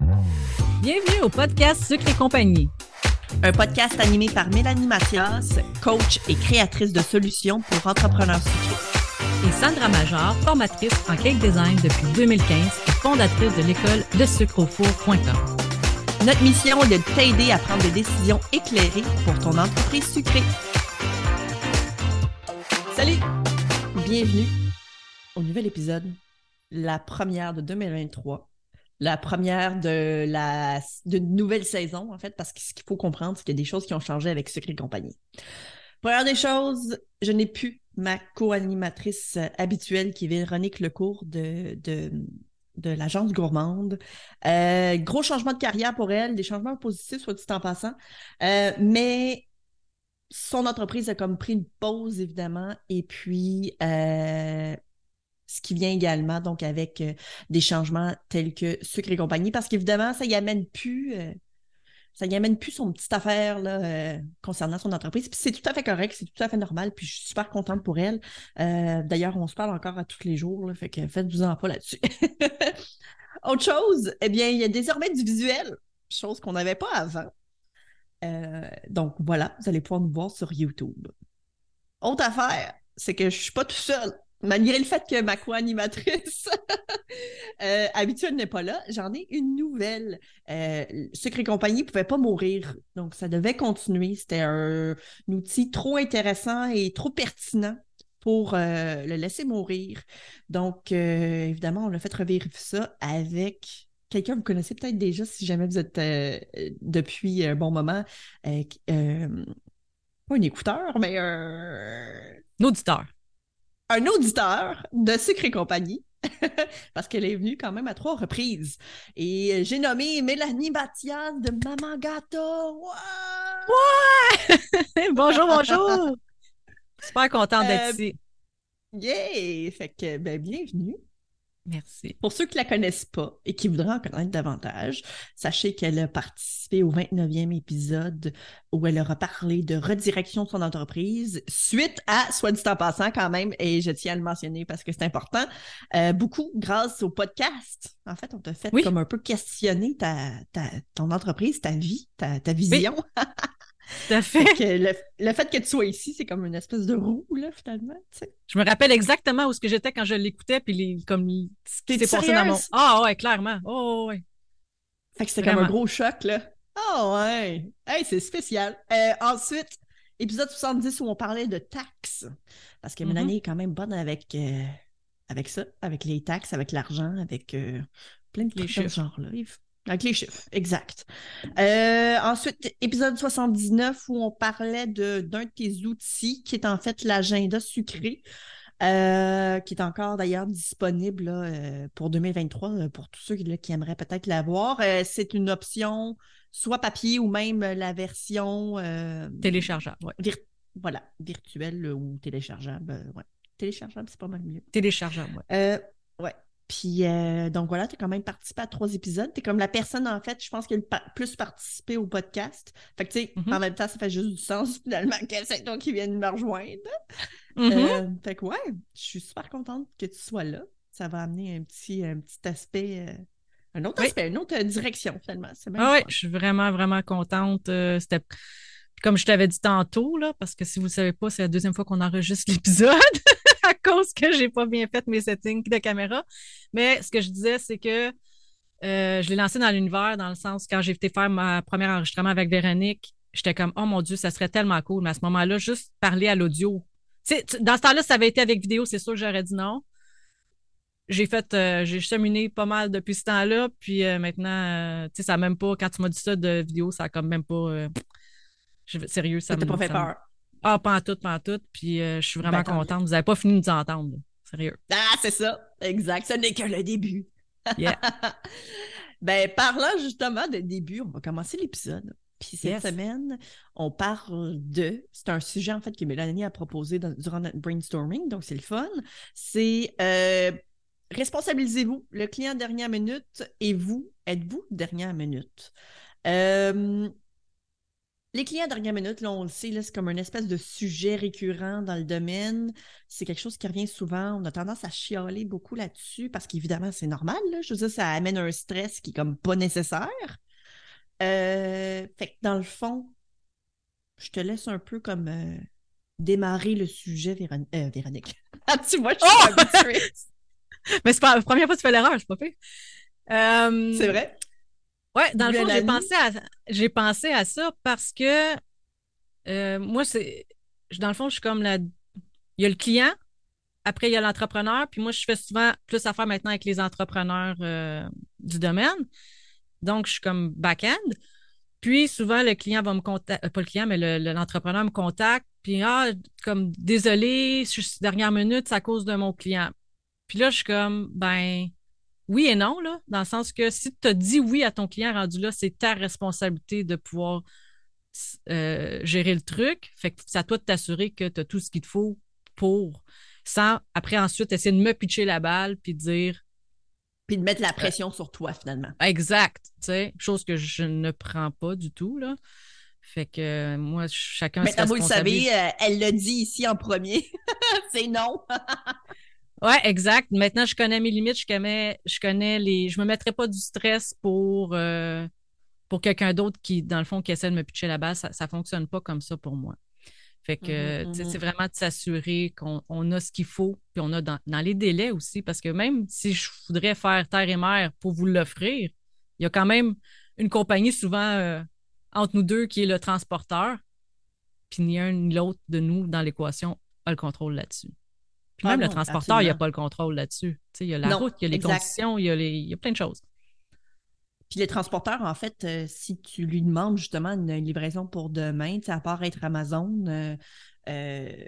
Bienvenue au podcast Sucre et compagnie. Un podcast animé par Mélanie Mathias, coach et créatrice de solutions pour entrepreneurs sucrés. Et Sandra Major, formatrice en cake design depuis 2015 et fondatrice de l'école de sucreaufour.com. Notre mission est de t'aider à prendre des décisions éclairées pour ton entreprise sucrée. Salut! Bienvenue au nouvel épisode, la première de 2023. La première d'une nouvelle saison, en fait, parce que ce qu'il faut comprendre, c'est qu'il y a des choses qui ont changé avec Sucre et compagnie. Première des choses, je n'ai plus ma co-animatrice habituelle qui est Véronique Lecourt de l'Agence Gourmande. Gros changement de carrière pour elle, des changements positifs, soit dit en passant. Mais son entreprise a comme pris une pause, évidemment, et puis ce qui vient également, donc, avec des changements tels que Sucre et compagnie, parce qu'évidemment, ça y amène plus son petite affaire là, concernant son entreprise. Puis c'est tout à fait correct, c'est tout à fait normal, puis je suis super contente pour elle. D'ailleurs, on se parle encore à tous les jours, là, fait que faites-vous-en pas là-dessus. Autre chose, eh bien, il y a désormais du visuel, chose qu'on n'avait pas avant. Donc voilà, vous allez pouvoir nous voir sur YouTube. Autre affaire, c'est que je suis pas tout seul. Malgré le fait que ma co-animatrice habituelle n'est pas là, j'en ai une nouvelle. Sucre et compagnie ne pouvait pas mourir, donc ça devait continuer. C'était un outil trop intéressant et trop pertinent pour le laisser mourir. Donc, évidemment, on a fait revivre ça avec quelqu'un que vous connaissez peut-être déjà si jamais vous êtes depuis un bon moment. Pas un écouteur, mais L'auditeur. un auditeur de Sucre et compagnie, parce qu'elle est venue quand même à 3 reprises. Et j'ai nommé Mélanie Mathias de Maman Gâteau. Wow! Ouais! Bonjour, bonjour! Super contente d'être Euh, ici. yeah! Fait que, bienvenue. Merci. Pour ceux qui ne la connaissent pas et qui voudraient en connaître davantage, sachez qu'elle a participé au 29e épisode où elle aura parlé de redirection de son entreprise suite à, soit dit en passant quand même, et je tiens à le mentionner parce que c'est important, beaucoup grâce au podcast. En fait, on t'a fait Oui. comme un peu questionner ton entreprise, ta vie, ta vision. Oui. Tout à fait. Fait que le fait que tu sois ici, c'est comme une espèce de roue, là, finalement. Tu sais. Je me rappelle exactement où ce que j'étais quand je l'écoutais, puis ce qui T'es-tu s'est passé dans mon... sérieuse? Ah ouais, clairement. Oh ouais, Fait que c'était comme un vraiment. gros choc, là. Ah ouais! Hey, c'est spécial. Ensuite, épisode 70 où on parlait de taxes. Parce que Mélanie est quand même bonne avec ça, avec les taxes, avec l'argent, avec plein de Les trucs de ce chiffres. genre-là. Avec les chiffres, exact. Ensuite, épisode 79 où on parlait d'un de tes outils qui est en fait l'agenda sucré. Qui est encore d'ailleurs disponible là, pour 2023 pour tous ceux là, qui aimeraient peut-être l'avoir. C'est une option soit papier ou même la version Téléchargeable, ouais. voilà, virtuelle ou téléchargeable. Ouais. Téléchargeable, c'est pas mal mieux. Téléchargeable, ouais. Ouais. Puis, donc voilà, tu as quand même participé à 3 épisodes. Tu es comme la personne, en fait, je pense, qui a le plus participé au podcast. Fait que, tu sais, en même temps, ça fait juste du sens, finalement, que c'est toi qui viens de me rejoindre. Fait que, ouais, je suis super contente que tu sois là. Ça va amener un petit aspect, un autre Oui. aspect, une autre direction, finalement. C'est bien Ah le ouais, fun. je suis vraiment, vraiment contente. C'était comme je t'avais dit tantôt, là, parce que si vous ne le savez pas, c'est la deuxième fois qu'on enregistre l'épisode à cause que j'ai pas bien fait mes settings de caméra. Mais ce que je disais, c'est que je l'ai lancé dans l'univers, dans le sens, quand j'ai été faire ma première enregistrement avec Véronique, j'étais comme, oh mon Dieu, ça serait tellement cool. Mais à ce moment-là, juste parler à l'audio. Dans ce temps-là, si ça avait été avec vidéo, c'est sûr que j'aurais dit non. J'ai cheminé pas mal depuis ce temps-là, puis maintenant, tu sais, ça n'a même pas, quand tu m'as dit ça de vidéo, ça a comme même pas, sérieux, Ça t'a pas fait peur. Ah, pas en tout, puis je suis vraiment Tant mieux. contente. Vous n'avez pas fini de nous entendre, là. Sérieux. Ah, c'est ça. Exact. Ce n'est que le début. Yeah. Parlant justement de début, on va commencer l'épisode. Puis cette semaine, on parle c'est un sujet en fait que Mélanie a proposé durant notre brainstorming, donc c'est le fun. C'est responsabilisez-vous, le client dernière minute et vous, êtes-vous dernière minute? Les clients à dernière minute, là, on le sait, là, c'est comme une espèce de sujet récurrent dans le domaine. C'est quelque chose qui revient souvent. On a tendance à chialer beaucoup là-dessus parce qu'évidemment, c'est normal, là. Je veux dire, ça amène un stress qui est comme pas nécessaire. Fait que dans le fond, je te laisse un peu comme démarrer le sujet, Véronique. Ah, tu vois, je suis Oh! pas habituée. Mais c'est pas la première fois que tu fais l'erreur, c'est pas fait. C'est vrai? Ouais, dans le fond, Nouvelle année. j'ai pensé à ça parce que moi, dans le fond, je suis comme la. Il y a le client, après, il y a l'entrepreneur, puis moi, je fais souvent plus affaire maintenant avec les entrepreneurs du domaine. Donc, je suis comme back-end. Puis, souvent, le client va me contacter, pas le client, mais l'entrepreneur me contacte, puis, comme, désolé, je suis dernière minute, c'est à cause de mon client. Puis là, je suis comme, ben, oui et non, là, dans le sens que si tu as dit oui à ton client rendu là, c'est ta responsabilité de pouvoir gérer le truc. Fait que c'est à toi de t'assurer que tu as tout ce qu'il te faut pour, sans après ensuite essayer de me pitcher la balle puis dire Puis de mettre la euh, pression sur toi, finalement. exact, tu sais, chose que je ne prends pas du tout, là. Fait que moi, chacun se Maintenant, vous le savez, responsabilise. elle l'a dit ici en premier. C'est non. Ouais, exact. Maintenant, je connais mes limites, je me mettrai pas du stress pour quelqu'un d'autre qui, dans le fond, qui essaie de me pitcher la balle. Ça fonctionne pas comme ça pour moi. Fait Mhm, que, tu sais, c'est mhm. vraiment de s'assurer qu'on a ce qu'il faut, puis on a dans les délais aussi, parce que même si je voudrais faire terre et mer pour vous l'offrir, il y a quand même une compagnie souvent entre nous deux qui est le transporteur, puis ni un ni l'autre de nous dans l'équation a le contrôle là-dessus. Puis Ah même le non, transporteur, il n'y a absolument. pas le contrôle là-dessus. Tu sais, il y a la Non, route, il y a les exact. conditions, il y a plein de choses. Puis les transporteurs, en fait, si tu lui demandes justement une livraison pour demain, tu sais, à part être Amazon, euh,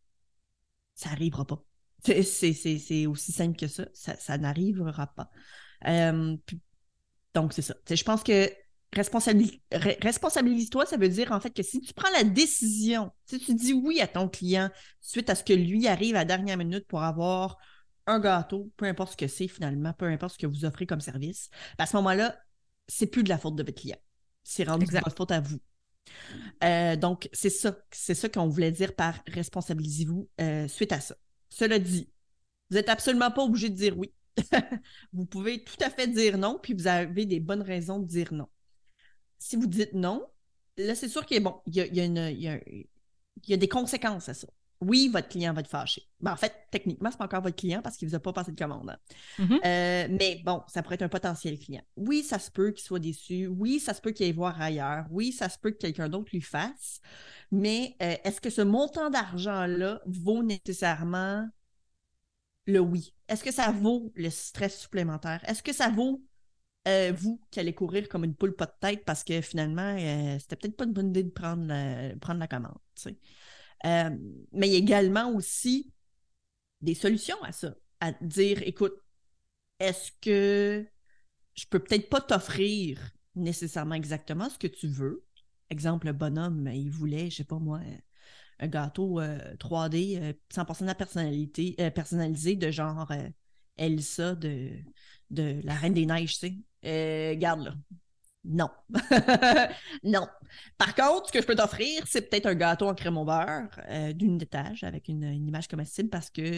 ça n'arrivera pas. C'est aussi simple que ça. Ça n'arrivera pas. Puis donc, c'est ça. Je pense que responsabilise-toi, ça veut dire en fait que si tu prends la décision, si tu dis oui à ton client suite à ce que lui arrive à la dernière minute pour avoir un gâteau, peu importe ce que c'est finalement, peu importe ce que vous offrez comme service, à ce moment-là, c'est plus de la faute de votre client. C'est rendu de Exact. votre faute à vous. Donc, c'est ça qu'on voulait dire par responsabilisez-vous suite à ça. Cela dit, vous n'êtes absolument pas obligé de dire oui. Vous pouvez tout à fait dire non, puis vous avez des bonnes raisons de dire non. Si vous dites non, là, c'est sûr qu'il bon, il y a des conséquences à ça. Oui, votre client va être fâché. Ben, en fait, techniquement, ce n'est pas encore votre client parce qu'il ne vous a pas passé de commande. Hein. Mhm. Mais bon, ça pourrait être un potentiel client. Oui, ça se peut qu'il soit déçu. Oui, ça se peut qu'il aille voir ailleurs. Oui, ça se peut que quelqu'un d'autre lui fasse. Mais est-ce que ce montant d'argent-là vaut nécessairement le oui? Est-ce que ça vaut le stress supplémentaire? Est-ce que ça vaut vous qui allez courir comme une poule pas de tête parce que finalement, c'était peut-être pas une bonne idée de prendre la commande. Tu sais. Euh, mais il y a également aussi des solutions à ça. À dire, écoute, est-ce que je peux peut-être pas t'offrir nécessairement exactement ce que tu veux? Exemple, le bonhomme, il voulait, je sais pas moi, un gâteau 3D 100% de la personnalisé de genre Elsa de la Reine des Neiges, tu sais. Garde là. Non. Non. Par contre, ce que je peux t'offrir, c'est peut-être un gâteau en crème au beurre d'une étage avec une image comestible parce que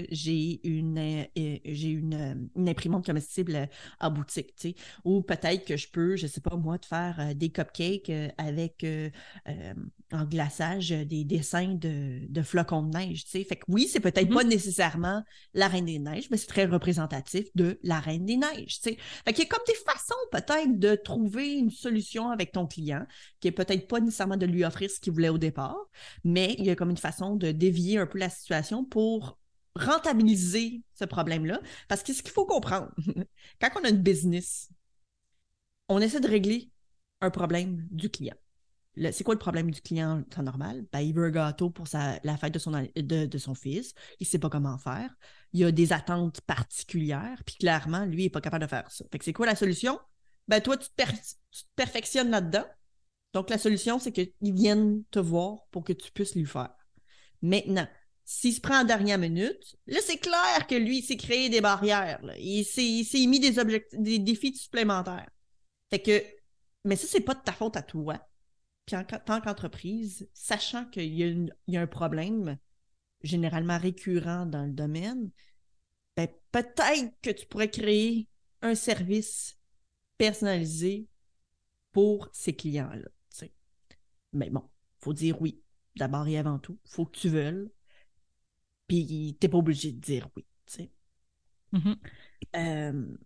une imprimante comestible en boutique, tu sais. Ou peut-être que je peux, je sais pas moi, te faire des cupcakes avec en glaçage des dessins de flocons de neige, tu sais. Fait que oui, c'est peut-être Mhm. pas nécessairement la Reine des Neiges, mais c'est très représentatif de la Reine des Neiges, tu sais. Fait qu'il y a comme des façons peut-être de trouver une solution avec ton client, qui est peut-être pas nécessairement de lui offrir ce qu'il voulait au départ, mais il y a comme une façon de dévier un peu la situation pour rentabiliser ce problème-là. Parce que ce qu'il faut comprendre, quand on a une business, on essaie de régler un problème du client. C'est quoi le problème du client en temps normal? Ben, il veut un gâteau pour la fête de son fils. Il ne sait pas comment faire. Il a des attentes particulières. Puis clairement, lui, il n'est pas capable de faire ça. Fait que c'est quoi la solution? Ben, toi, tu te perfectionnes là-dedans. Donc, la solution, c'est qu'ils viennent te voir pour que tu puisses lui faire. Maintenant, s'il se prend en dernière minute, là, c'est clair que lui, il s'est créé des barrières. Là. Il s'est mis des défis supplémentaires. Fait que, mais ça, c'est pas de ta faute à toi. puis en tant qu'entreprise, sachant qu'il y a un problème généralement récurrent dans le domaine, ben, peut-être que tu pourrais créer un service personnalisé pour ces clients-là. T'sais. Mais bon, il faut dire oui. D'abord et avant tout, il faut que tu veuilles. Puis t'es pas obligé de dire oui. Mhm. Euh,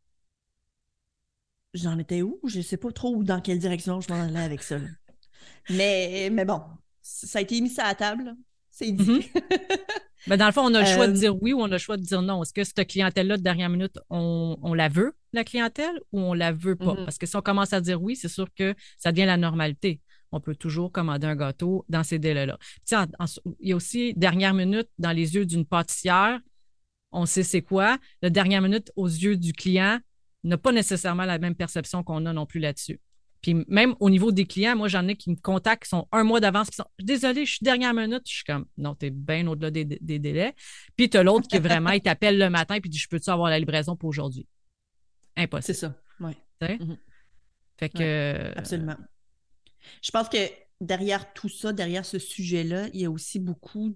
J'en étais où? Je sais pas trop dans quelle direction je m'en allais avec ça. Là. Mais bon, ça a été mis sur la table. Là. C'est dit. Mhm. Ben, dans le fond, on a le choix de Euh, dire oui ou on a le choix de dire non. Est-ce que cette clientèle-là, de dernière minute, on la veut, la clientèle, ou on la veut pas? mhm. Parce que si on commence à dire oui, c'est sûr que ça devient la normalité. On peut toujours commander un gâteau dans ces délais-là. Puis, il y a aussi, dernière minute, dans les yeux d'une pâtissière, on sait c'est quoi. La dernière minute, aux yeux du client, n'a pas nécessairement la même perception qu'on a non plus là-dessus. Puis même au niveau des clients, moi, j'en ai qui me contactent, qui sont un mois d'avance, qui sont désolé, je suis dernière minute. Je suis comme non, t'es bien au-delà des délais. Puis tu as l'autre qui vraiment, il t'appelle le matin puis dit je peux-tu avoir la livraison pour aujourd'hui? C'est Impossible. ça. Oui. Mhm. Fait que Ouais, absolument. Je pense que derrière tout ça, derrière ce sujet-là, il y a aussi beaucoup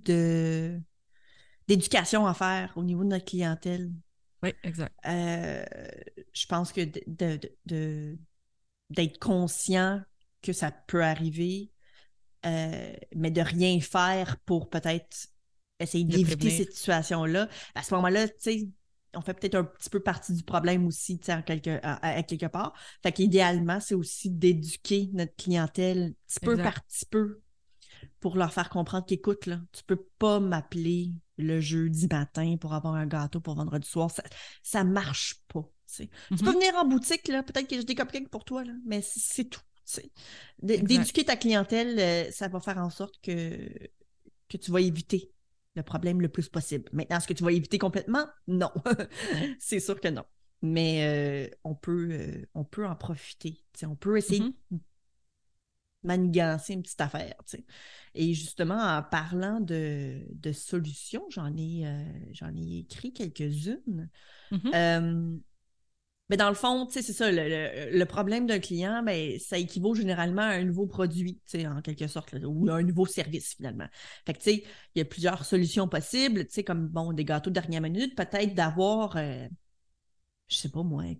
d'éducation à faire au niveau de notre clientèle. oui, exact. Euh, je pense que d'être conscient que ça peut arriver, mais de rien faire pour peut-être essayer De d'éviter prévenir. cette situation-là. À ce moment-là, tu sais, on fait peut-être un petit peu partie du problème aussi, tu sais, à quelque part. Fait qu'idéalement, c'est aussi d'éduquer notre clientèle petit peu Exact. par petit peu pour leur faire comprendre qu'écoute, là, tu peux pas m'appeler le jeudi matin pour avoir un gâteau pour vendredi soir. Ça marche pas. T'sais. Tu peux Mhm. venir en boutique, là, peut-être que j'ai des cupcakes pour toi, là, mais c'est tout. T'sais. Exact. D'éduquer ta clientèle, ça va faire en sorte que tu vas éviter le problème le plus possible. Maintenant, est-ce que tu vas éviter complètement? Non. C'est sûr que non. Mais on peut en profiter. T'sais. On peut essayer Mhm. de manigancer une petite affaire. T'sais. Et justement, en parlant de solutions, j'en ai écrit quelques-unes. Mhm. Euh, mais dans le fond, c'est ça, le problème d'un client, ben, ça équivaut généralement à un nouveau produit, en quelque sorte, là, ou à un nouveau service, finalement. Fait que, il y a plusieurs solutions possibles, comme, bon, des gâteaux de dernière minute, peut-être d'avoir, je sais pas moi,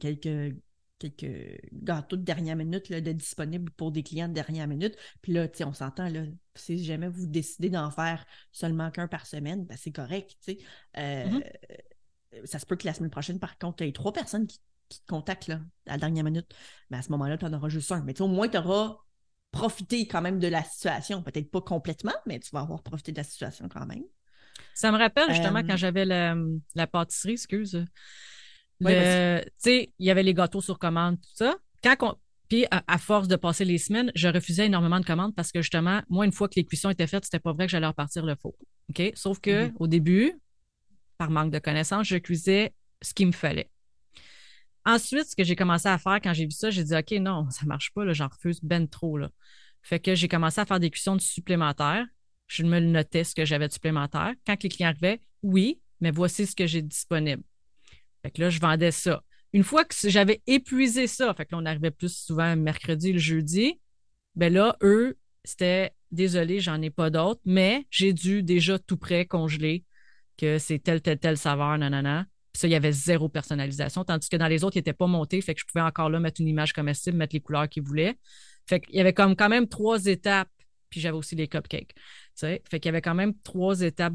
quelques gâteaux de dernière minute là, de disponibles pour des clients de dernière minute. Puis là, on s'entend, là, si jamais vous décidez d'en faire seulement qu'un par semaine, ben, c'est correct, Euh, Mhm. ça se peut que la semaine prochaine, par contre, il y ait 3 personnes qui te contactent là, à la dernière minute. Mais à ce moment-là, tu en auras juste un. Mais au moins, tu auras profité quand même de la situation. Peut-être pas complètement, mais tu vas avoir profité de la situation quand même. Ça me rappelle justement quand Euh, j'avais la pâtisserie, excuse. oui, vas-y. Tu sais, il y avait les gâteaux sur commande, tout ça. Puis, à force de passer les semaines, je refusais énormément de commandes parce que justement, moi, une fois que les cuissons étaient faites, c'était pas vrai que j'allais repartir le four. OK? Sauf que Mhm. au début, par manque de connaissances, je cuisais ce qu'il me fallait. Ensuite, ce que j'ai commencé à faire quand j'ai vu ça, j'ai dit OK, non, ça marche pas, là, j'en refuse ben trop. Là. Fait que j'ai commencé à faire des cuissons supplémentaires. Je me le notais ce que j'avais de supplémentaire. Quand les clients arrivaient, oui, mais voici ce que j'ai disponible. Fait que là, je vendais ça. Une fois que j'avais épuisé ça, fait que là, on arrivait plus souvent mercredi, le jeudi, ben là, eux, c'était désolé, j'en ai pas d'autres, mais j'ai dû déjà tout prêt congeler que c'est telle saveur, nanana. Puis ça, il y avait zéro personnalisation, tandis que dans les autres, ils n'étaient pas montés, fait que je pouvais encore là mettre une image comestible, mettre les couleurs qu'ils voulaient. Fait qu'il y avait comme quand même 3 étapes, puis j'avais aussi les cupcakes. Tu sais? Fait qu'il y avait quand même 3 étapes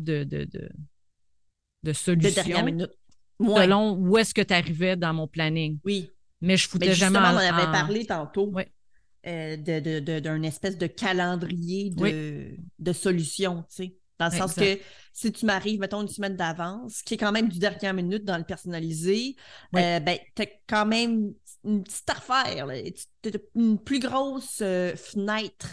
de De dernière solutions minute. Ouais, selon où est-ce que tu arrivais dans mon planning. oui. Mais je Mais foutais jamais justement, on en avait en... parlé tantôt Oui, d'un espèce de calendrier oui, de solutions, tu sais. Dans le sens exact. que si tu m'arrives, mettons, une semaine d'avance, qui est quand même du dernière minute dans le personnalisé, Oui, ben, t'as quand même une petite affaire, là. T'as une plus grosse fenêtre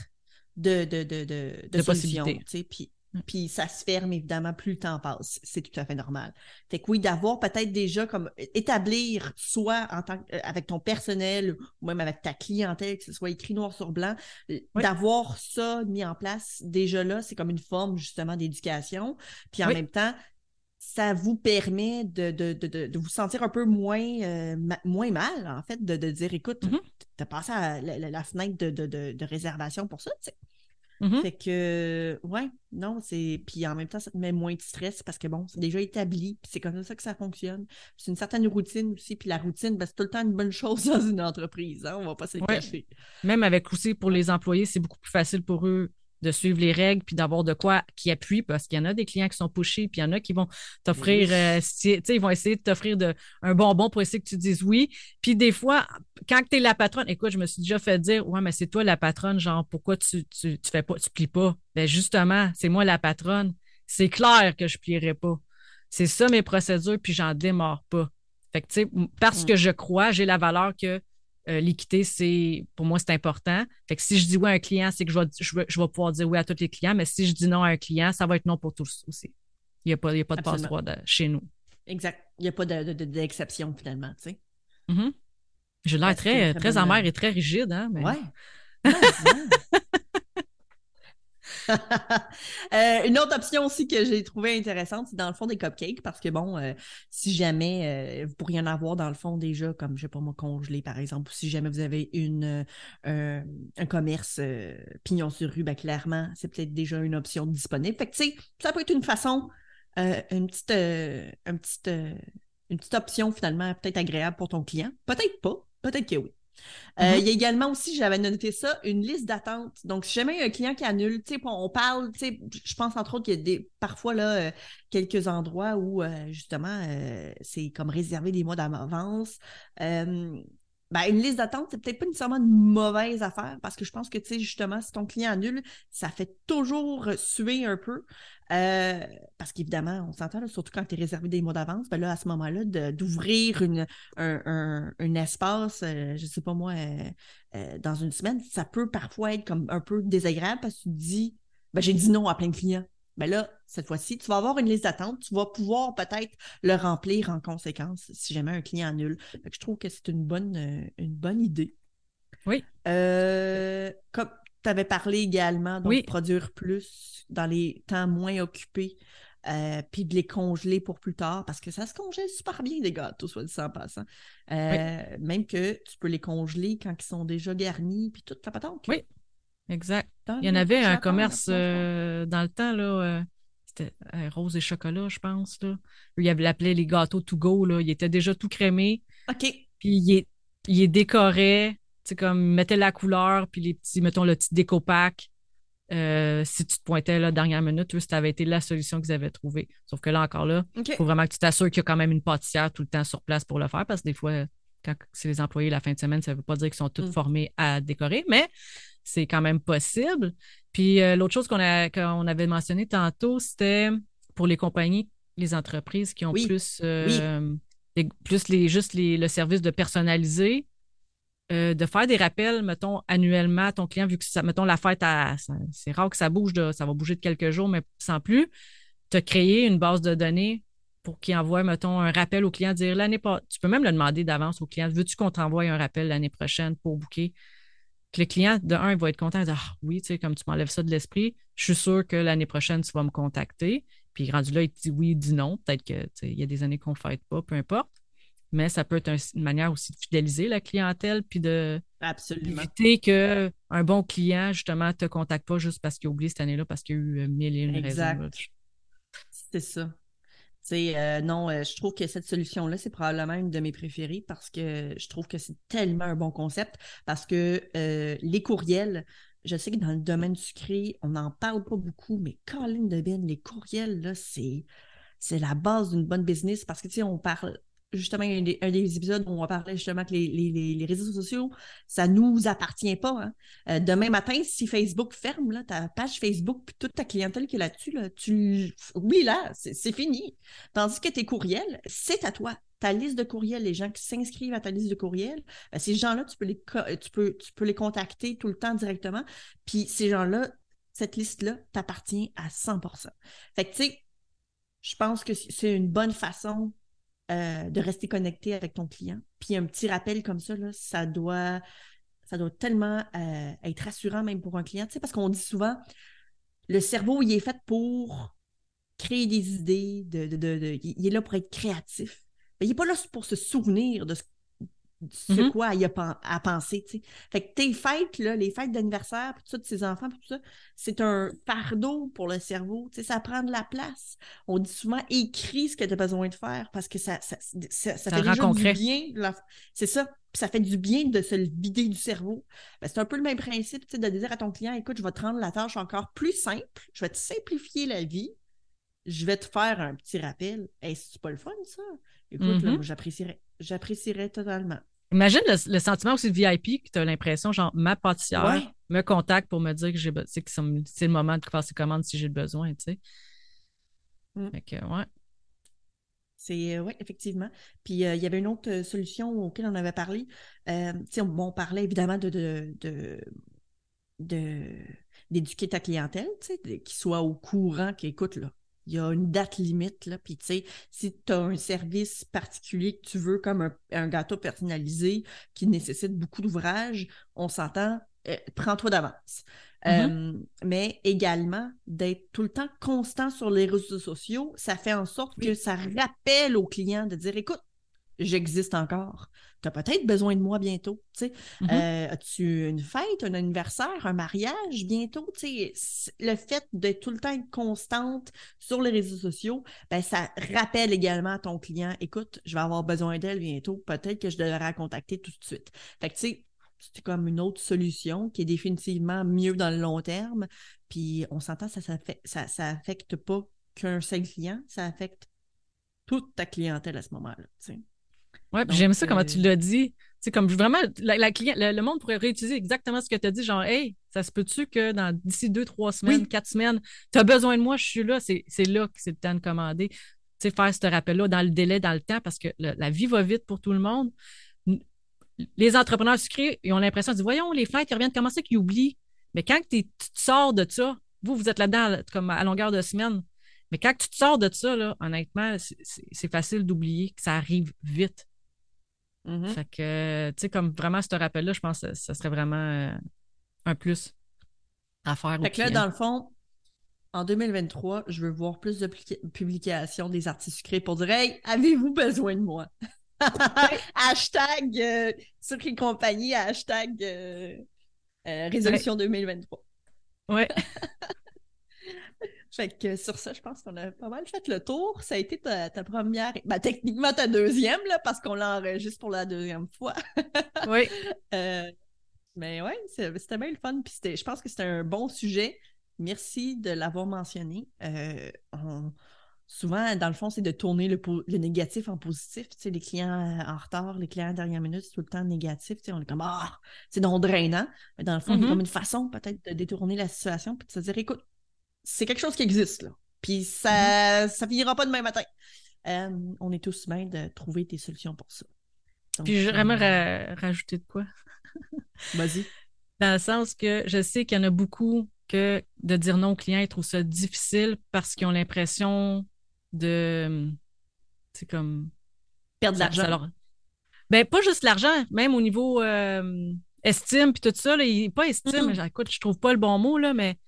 de de solutions, possibilités. tu sais. Puis ça se ferme, évidemment, plus le temps passe. C'est tout à fait normal. Fait que oui, d'avoir peut-être déjà comme établir, soit avec ton personnel ou même avec ta clientèle, que ce soit écrit noir sur blanc, Oui, d'avoir ça mis en place déjà là, c'est comme une forme justement d'éducation. Puis en oui, même temps, ça vous permet de vous sentir un peu moins mal, en fait, de dire, écoute, Mhm, t'as passé à la fenêtre de réservation pour ça, tu sais. mhm. Fait que, ouais, non, c'est. Puis en même temps, ça te met moins de stress parce que bon, c'est déjà établi, puis c'est comme ça que ça fonctionne. C'est une certaine routine aussi, puis la routine, ben, c'est tout le temps une bonne chose dans une entreprise, hein, on va pas se le Ouais. cacher. Même avec aussi pour Ouais. les employés, c'est beaucoup plus facile pour eux de suivre les règles puis d'avoir de quoi qui appuie parce qu'il y en a des clients qui sont pushés puis il y en a qui vont Ben oui. t'offrir, tu sais, ils vont essayer de t'offrir un bonbon pour essayer que tu dises oui. Puis des fois, quand tu es la patronne, écoute, je me suis déjà fait dire, ouais, mais c'est toi la patronne, genre, pourquoi tu fais pas, tu plies pas? Ben justement, c'est moi la patronne. C'est clair que je plierai pas. C'est ça mes procédures puis j'en démarre pas. Fait que, tu sais, parce Mm. que je crois, j'ai la valeur que l'équité, pour moi, c'est important. Fait que si je dis oui à un client, c'est que je vais pouvoir dire oui à tous les clients, mais si je dis non à un client, ça va être non pour tous aussi. Il y a pas de Absolument. passe-droit chez nous. Exact. Il n'y a pas d'exception finalement, tu sais. Mhm. J'ai l'air Ben, c'est une très, très très bonne. amère et très rigide, hein, mais Ouais. Mais, hein. Une autre option aussi que j'ai trouvée intéressante, c'est dans le fond des cupcakes, parce que bon, si jamais vous pourriez en avoir dans le fond déjà, comme je sais pas moi, congelé par exemple, ou si jamais vous avez un commerce pignon sur rue, ben clairement, c'est peut-être déjà une option disponible. Fait que tu sais, ça peut être une façon, une petite option finalement peut-être agréable pour ton client. Peut-être pas, peut-être que oui. mhm. Il y a également aussi, j'avais noté ça, une liste d'attente. Donc, si jamais il y a un client qui annule, tu sais, on parle, tu sais, je pense entre autres qu'il y a parfois là, quelques endroits où justement c'est comme réservé des mois d'avance. Euh, ben, une liste d'attente, c'est peut-être pas nécessairement une mauvaise affaire parce que je pense que, tu sais, justement, si ton client annule, ça fait toujours suer un peu. Euh, Parce qu'évidemment, on s'entend, là, surtout quand tu es réservé des mois d'avance, ben là, à ce moment-là, d'ouvrir un espace, je sais pas moi, dans une semaine, ça peut parfois être comme un peu désagréable parce que tu te dis, ben, j'ai dit non à plein de clients. Ben là, cette fois-ci, tu vas avoir une liste d'attente, tu vas pouvoir peut-être le remplir en conséquence si jamais un client annule. Fait que je trouve que c'est une bonne idée. Oui, Comme tu avais parlé également, donc oui, produire plus dans les temps moins occupés, puis de les congeler pour plus tard, parce que ça se congèle super bien, les gâteaux, soit dit en passant. oui, Même que tu peux les congeler quand ils sont déjà garnis, puis toute la patente. oui, exact. Dans Il y en le avait un congélateur, commerce dans le froid. dans le temps, là, c'était rose et chocolat, je pense, là. Eux, ils l'appelaient les gâteaux to go, là. Il était déjà tout crémé. OK. Puis il est décoré, tu sais, comme, il mettait la couleur, puis les petits, mettons, le petit déco-pack. Si tu te pointais là, dernière minute, eux, ça avait été la solution qu'ils avaient trouvée. Sauf que là, encore là, il faut OK. vraiment que tu t'assures qu'il y a quand même une pâtissière tout le temps sur place pour le faire, parce que des fois, quand c'est les employés la fin de semaine, ça ne veut pas dire qu'ils sont tous Mm. formés à décorer, mais c'est quand même possible. Puis l'autre chose qu'on avait mentionné tantôt, c'était pour les compagnies, les entreprises qui ont Oui. plus, Oui. juste le service de personnaliser, de faire des rappels, mettons, annuellement à ton client, vu que ça, mettons, la fête, c'est rare que ça bouge, là, ça va bouger de quelques jours, mais sans plus. Tu as créé une base de données pour qu'il envoie, mettons, un rappel au client, dire l'année pas. Tu peux même le demander d'avance au client. Veux-tu qu'on t'envoie un rappel l'année prochaine pour booker? Que le client, de un, il va être content, il va dire ah, oui, tu sais, comme tu m'enlèves ça de l'esprit, je suis sûr que l'année prochaine, tu vas me contacter. Puis rendu là, il te dit oui, il dit non. Peut-être que il y a des années qu'on ne fête pas, peu importe. Mais ça peut être une manière aussi de fidéliser la clientèle puis Absolument. d'éviter qu'un bon client, justement, ne te contacte pas juste parce qu'il a oublié cette année-là, parce qu'il y a eu mille et une raisons. Là. Exact. C'est ça. Non, je trouve que cette solution-là, c'est probablement une de mes préférées parce que je trouve que c'est tellement un bon concept. Parce que les courriels, je sais que dans le domaine sucré, on n'en parle pas beaucoup, mais Colin de Ben, les courriels, là, c'est la base d'une bonne business parce que, tu sais, on parle justement, un des épisodes où on parlait justement que les réseaux sociaux, ça ne nous appartient pas. Hein. Demain matin, si Facebook ferme là, ta page Facebook puis toute ta clientèle qui est là-dessus, là, oublie là, c'est fini. Tandis que tes courriels, c'est à toi. Ta liste de courriels, les gens qui s'inscrivent à ta liste de courriels, ben, ces gens-là, tu peux les contacter tout le temps directement. Puis ces gens-là, cette liste-là t'appartient à 100%. Fait que, tu sais, je pense que c'est une bonne façon de rester connecté avec ton client. Puis un petit rappel comme ça, là, ça doit tellement être rassurant même pour un client. Tu sais, parce qu'on dit souvent, le cerveau, il est fait pour créer des idées, il est là pour être créatif. Mais il n'est pas là pour se souvenir de ce quoi il a à penser, tu sais. Fait que tes fêtes, là, les fêtes d'anniversaire, puis tout ça, de ses enfants, puis tout ça, c'est un fardeau pour le cerveau, tu sais, ça prend de la place. On dit souvent, écris ce que tu as besoin de faire, parce que ça fait déjà du bien. C'est ça, puis ça fait du bien de se le vider du cerveau. Ben, c'est un peu le même principe, tu sais, de dire à ton client, écoute, je vais te rendre la tâche encore plus simple, je vais te simplifier la vie, je vais te faire un petit rappel. Hey, c'est pas le fun, ça? Écoute, là, moi, j'apprécierais totalement. Imagine le sentiment aussi de VIP que tu as l'impression, genre, ma pâtissière me contacte pour me dire que c'est le moment de faire ses commandes si j'ai le besoin, tu sais. Fait que, ouais. C'est, oui, effectivement. Puis, il y avait une autre solution auquel on avait parlé. On parlait évidemment d'éduquer ta clientèle, qu'il soit au courant qu'écoute, là, il y a une date limite, là, puis tu sais, si tu as un service particulier que tu veux, comme un gâteau personnalisé qui nécessite beaucoup d'ouvrage, on s'entend, prends-toi d'avance. Mais également, d'être tout le temps constant sur les réseaux sociaux, ça fait en sorte que ça rappelle aux clients de dire, écoute, j'existe encore. Tu as peut-être besoin de moi bientôt. As-tu une fête, un anniversaire, un mariage bientôt? Le fait de tout le temps être constante sur les réseaux sociaux, ben, ça rappelle également à ton client, écoute, je vais avoir besoin d'elle bientôt. Peut-être que je devrais la contacter tout de suite. Fait que, tu sais, c'est comme une autre solution qui est définitivement mieux dans le long terme. Puis on s'entend, ça affecte pas qu'un seul client, ça affecte toute ta clientèle à ce moment-là. Oui, j'aime ça comment tu l'as dit. C'est comme vraiment, le monde pourrait réutiliser exactement ce que tu as dit, genre, hey, ça se peut-tu que d'ici 2, 3 semaines, 4 semaines, tu as besoin de moi, je suis là, c'est là que c'est le temps de commander. Tu sais, faire ce rappel-là dans le délai, dans le temps, parce que la vie va vite pour tout le monde. Les entrepreneurs sucrés, ils ont l'impression de dire, voyons, les fêtes, ils reviennent, comment ça qu'ils oublient? Mais quand tu te sors de ça, vous êtes là-dedans comme à longueur de semaine, mais quand tu te sors de ça, là, honnêtement, c'est facile d'oublier que ça arrive vite. Fait que, tu sais, comme vraiment ce rappel-là, je pense que ça serait vraiment un plus à faire aux clients. Fait que là, dans le fond, en 2023, je veux voir plus de publications des artistes sucrés pour dire « Hey, avez-vous besoin de moi? » Hashtag Sucré Compagnie, hashtag résolution 2023. Ouais. Fait que sur ça, je pense qu'on a pas mal fait le tour. Ça a été ta première, ben, techniquement ta deuxième, là, parce qu'on l'enregistre pour la deuxième fois. Oui. Mais ouais, c'était bien le fun. Puis je pense que c'était un bon sujet. Merci de l'avoir mentionné. Souvent, dans le fond, c'est de tourner le négatif en positif. Tu sais, les clients en retard, les clients à dernière minute, c'est tout le temps négatif. Tu sais, on est comme, c'est donc drainant. Mais dans le fond, il y a comme une façon peut-être de détourner la situation puis de se dire, écoute, c'est quelque chose qui existe, là. Puis ça finira pas demain matin. On est tous bien de trouver des solutions pour ça. Donc, puis j'aimerais rajouter de quoi? Vas-y. Dans le sens que je sais qu'il y en a beaucoup que de dire non aux clients, ils trouvent ça difficile parce qu'ils ont l'impression de... C'est comme... Perdre de l'argent. Ben, pas juste l'argent, même au niveau estime puis tout ça, là, pas estime, écoute, je trouve pas le bon mot, là, mais...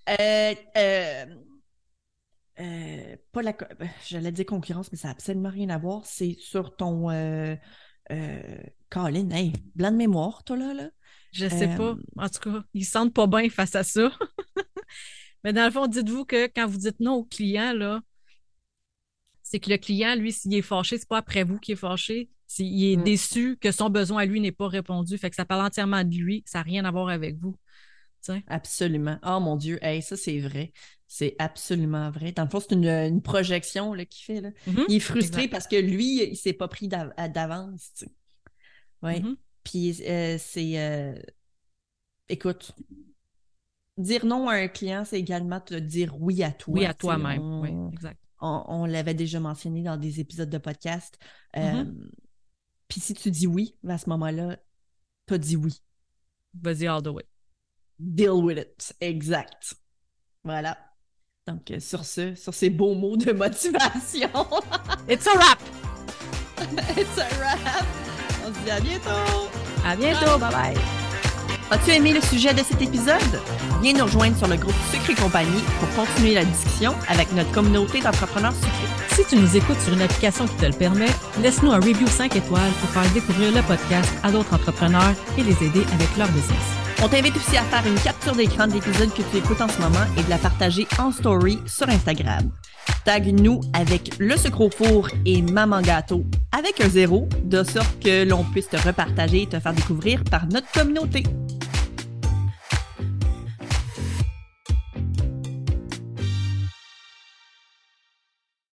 pas la... J'allais dire concurrence, mais ça n'a absolument rien à voir. C'est sur ton... Colin, hey, blanc de mémoire, toi, là. Je sais pas. En tout cas, ils se sentent pas bien face à ça. Mais dans le fond, dites-vous que quand vous dites non au client, là, c'est que le client, lui, s'il est fâché, c'est pas après vous qu'il est fâché. Il est déçu que son besoin à lui n'est pas répondu. Fait que ça parle entièrement de lui. Ça n'a rien à voir avec vous. T'sais? Absolument. Oh mon Dieu, hey, ça, c'est vrai. C'est absolument vrai. Dans le fond, c'est une projection là, qu'il fait. Là. Il est frustré parce que lui, il ne s'est pas pris d'avance. Oui. Puis c'est... Écoute, dire non à un client, c'est également te dire oui à toi. Oui à toi-même. Oui, exact. On l'avait déjà mentionné dans des épisodes de podcast. Puis si tu dis oui, à ce moment-là, tu as dit oui. Vas-y all the way. Deal with it. Exact. Voilà. Donc, sur ces beaux mots de motivation. It's a wrap! It's a wrap! On se dit à bientôt! À bientôt! Bye bye! As-tu aimé le sujet de cet épisode? Viens nous rejoindre sur le groupe Sucre et Compagnie pour continuer la discussion avec notre communauté d'entrepreneurs sucrés. Si tu nous écoutes sur une application qui te le permet, laisse-nous un review 5 étoiles pour faire découvrir le podcast à d'autres entrepreneurs et les aider avec leur business. On t'invite aussi à faire une capture d'écran de l'épisode que tu écoutes en ce moment et de la partager en story sur Instagram. Tag-nous avec le sucre au four et Maman Gâteau avec un 0, de sorte que l'on puisse te repartager et te faire découvrir par notre communauté.